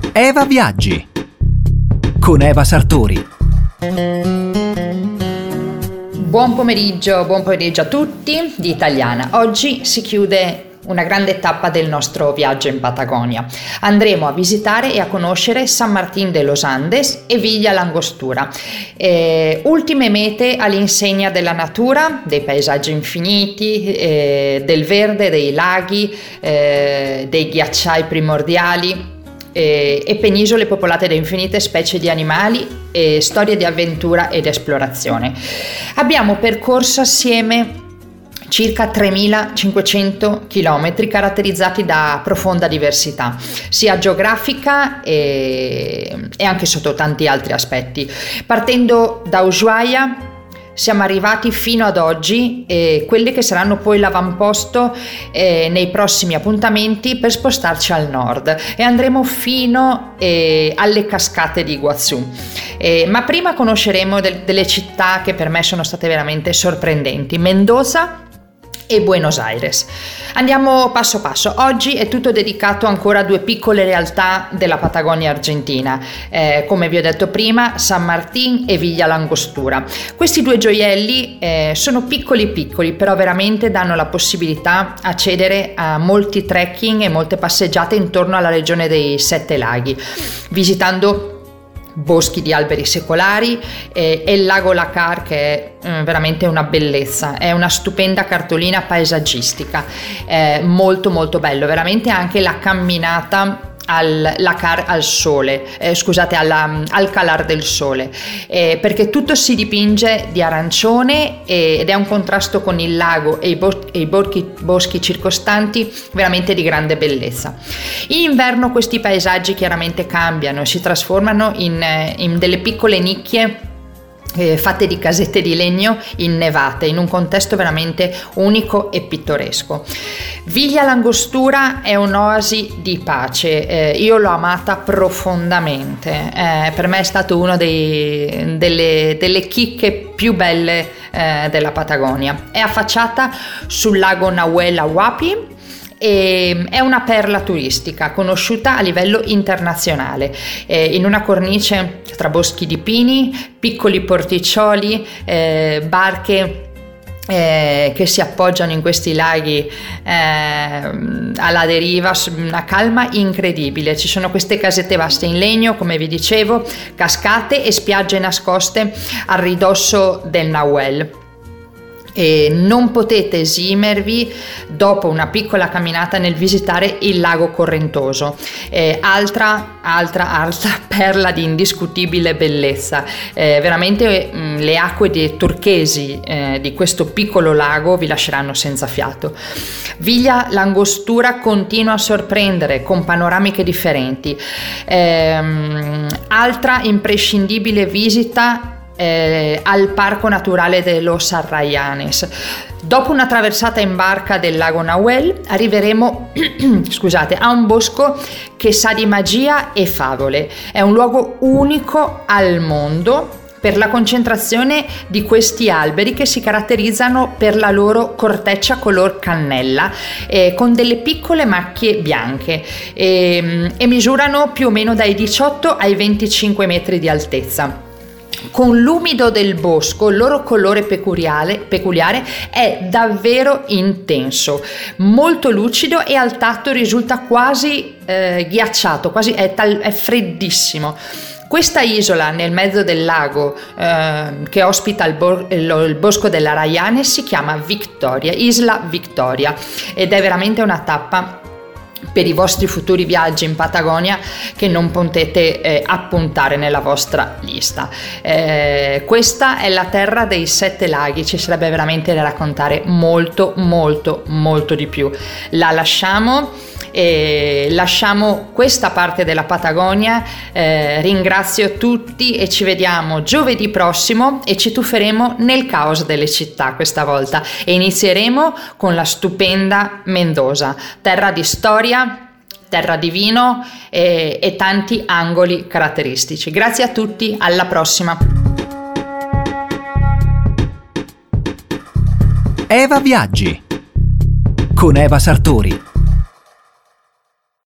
Eva Viaggi con Eva Sartori. Buon pomeriggio a tutti di Italiana. Oggi si chiude una grande tappa del nostro viaggio in Patagonia. Andremo a visitare e a conoscere San Martín de los Andes e Villa Langostura, ultime mete all'insegna della natura, dei paesaggi infiniti, del verde, dei laghi, dei ghiacciai primordiali e penisole popolate da infinite specie di animali e storie di avventura ed esplorazione. Abbiamo percorso assieme circa 3.500 km caratterizzati da profonda diversità, sia geografica e anche sotto tanti altri aspetti. Partendo da Ushuaia siamo arrivati fino ad oggi, quelli che saranno poi l'avamposto nei prossimi appuntamenti per spostarci al nord, e andremo fino alle cascate di Iguazú. Ma prima conosceremo delle città che per me sono state veramente sorprendenti: Mendoza e Buenos Aires. Andiamo passo passo. Oggi è tutto dedicato ancora a due piccole realtà della Patagonia argentina, come vi ho detto prima, San Martín e Villa Langostura. Questi due gioielli sono piccoli, però veramente danno la possibilità a accedere a molti trekking e molte passeggiate intorno alla regione dei Sette Laghi, visitando boschi di alberi secolari e il lago Lácar, che è veramente una bellezza, è una stupenda cartolina paesaggistica, molto molto bello, veramente anche la camminata al Lácar al sole, al calar del sole, perché tutto si dipinge di arancione ed è un contrasto con il lago e i boschi circostanti veramente di grande bellezza. In inverno questi paesaggi chiaramente cambiano e si trasformano in delle piccole nicchie fatte di casette di legno innevate, in un contesto veramente unico e pittoresco. Villa Langostura è un'oasi di pace, io l'ho amata profondamente, per me è stato uno delle chicche più belle della Patagonia. È affacciata sul lago Nahuel Huapi e è una perla turistica conosciuta a livello internazionale, in una cornice tra boschi di pini, piccoli porticcioli, barche che si appoggiano in questi laghi alla deriva, una calma incredibile. Ci sono queste casette vaste in legno, come vi dicevo, cascate e spiagge nascoste a ridosso del Nahuel. E non potete esimervi dopo una piccola camminata nel visitare il lago Correntoso, altra perla di indiscutibile bellezza. Veramente le acque turchesi di questo piccolo lago vi lasceranno senza fiato. Villa Langostura continua a sorprendere con panoramiche differenti. Altra imprescindibile visita al Parco Naturale de los Arrayanes. Dopo una traversata in barca del lago Nahuel arriveremo a un bosco che sa di magia e favole. È un luogo unico al mondo per la concentrazione di questi alberi che si caratterizzano per la loro corteccia color cannella, con delle piccole macchie bianche, e misurano più o meno dai 18 ai 25 metri di altezza. Con l'umido del bosco, il loro colore peculiare è davvero intenso, molto lucido, e al tatto risulta quasi ghiacciato, è freddissimo. Questa isola nel mezzo del lago che ospita il bosco dell'Arrayanes si chiama Isla Victoria, ed è veramente una tappa per i vostri futuri viaggi in Patagonia che non potete appuntare nella vostra lista. Questa è la terra dei Sette Laghi, ci sarebbe veramente da raccontare molto molto molto di più. La lasciamo questa parte della Patagonia. Ringrazio tutti e ci vediamo giovedì prossimo, e ci tufferemo nel caos delle città questa volta, e inizieremo con la stupenda Mendoza, terra di storia, terra di vino e tanti angoli caratteristici. Grazie a tutti, alla prossima. Eva Viaggi con Eva Sartori.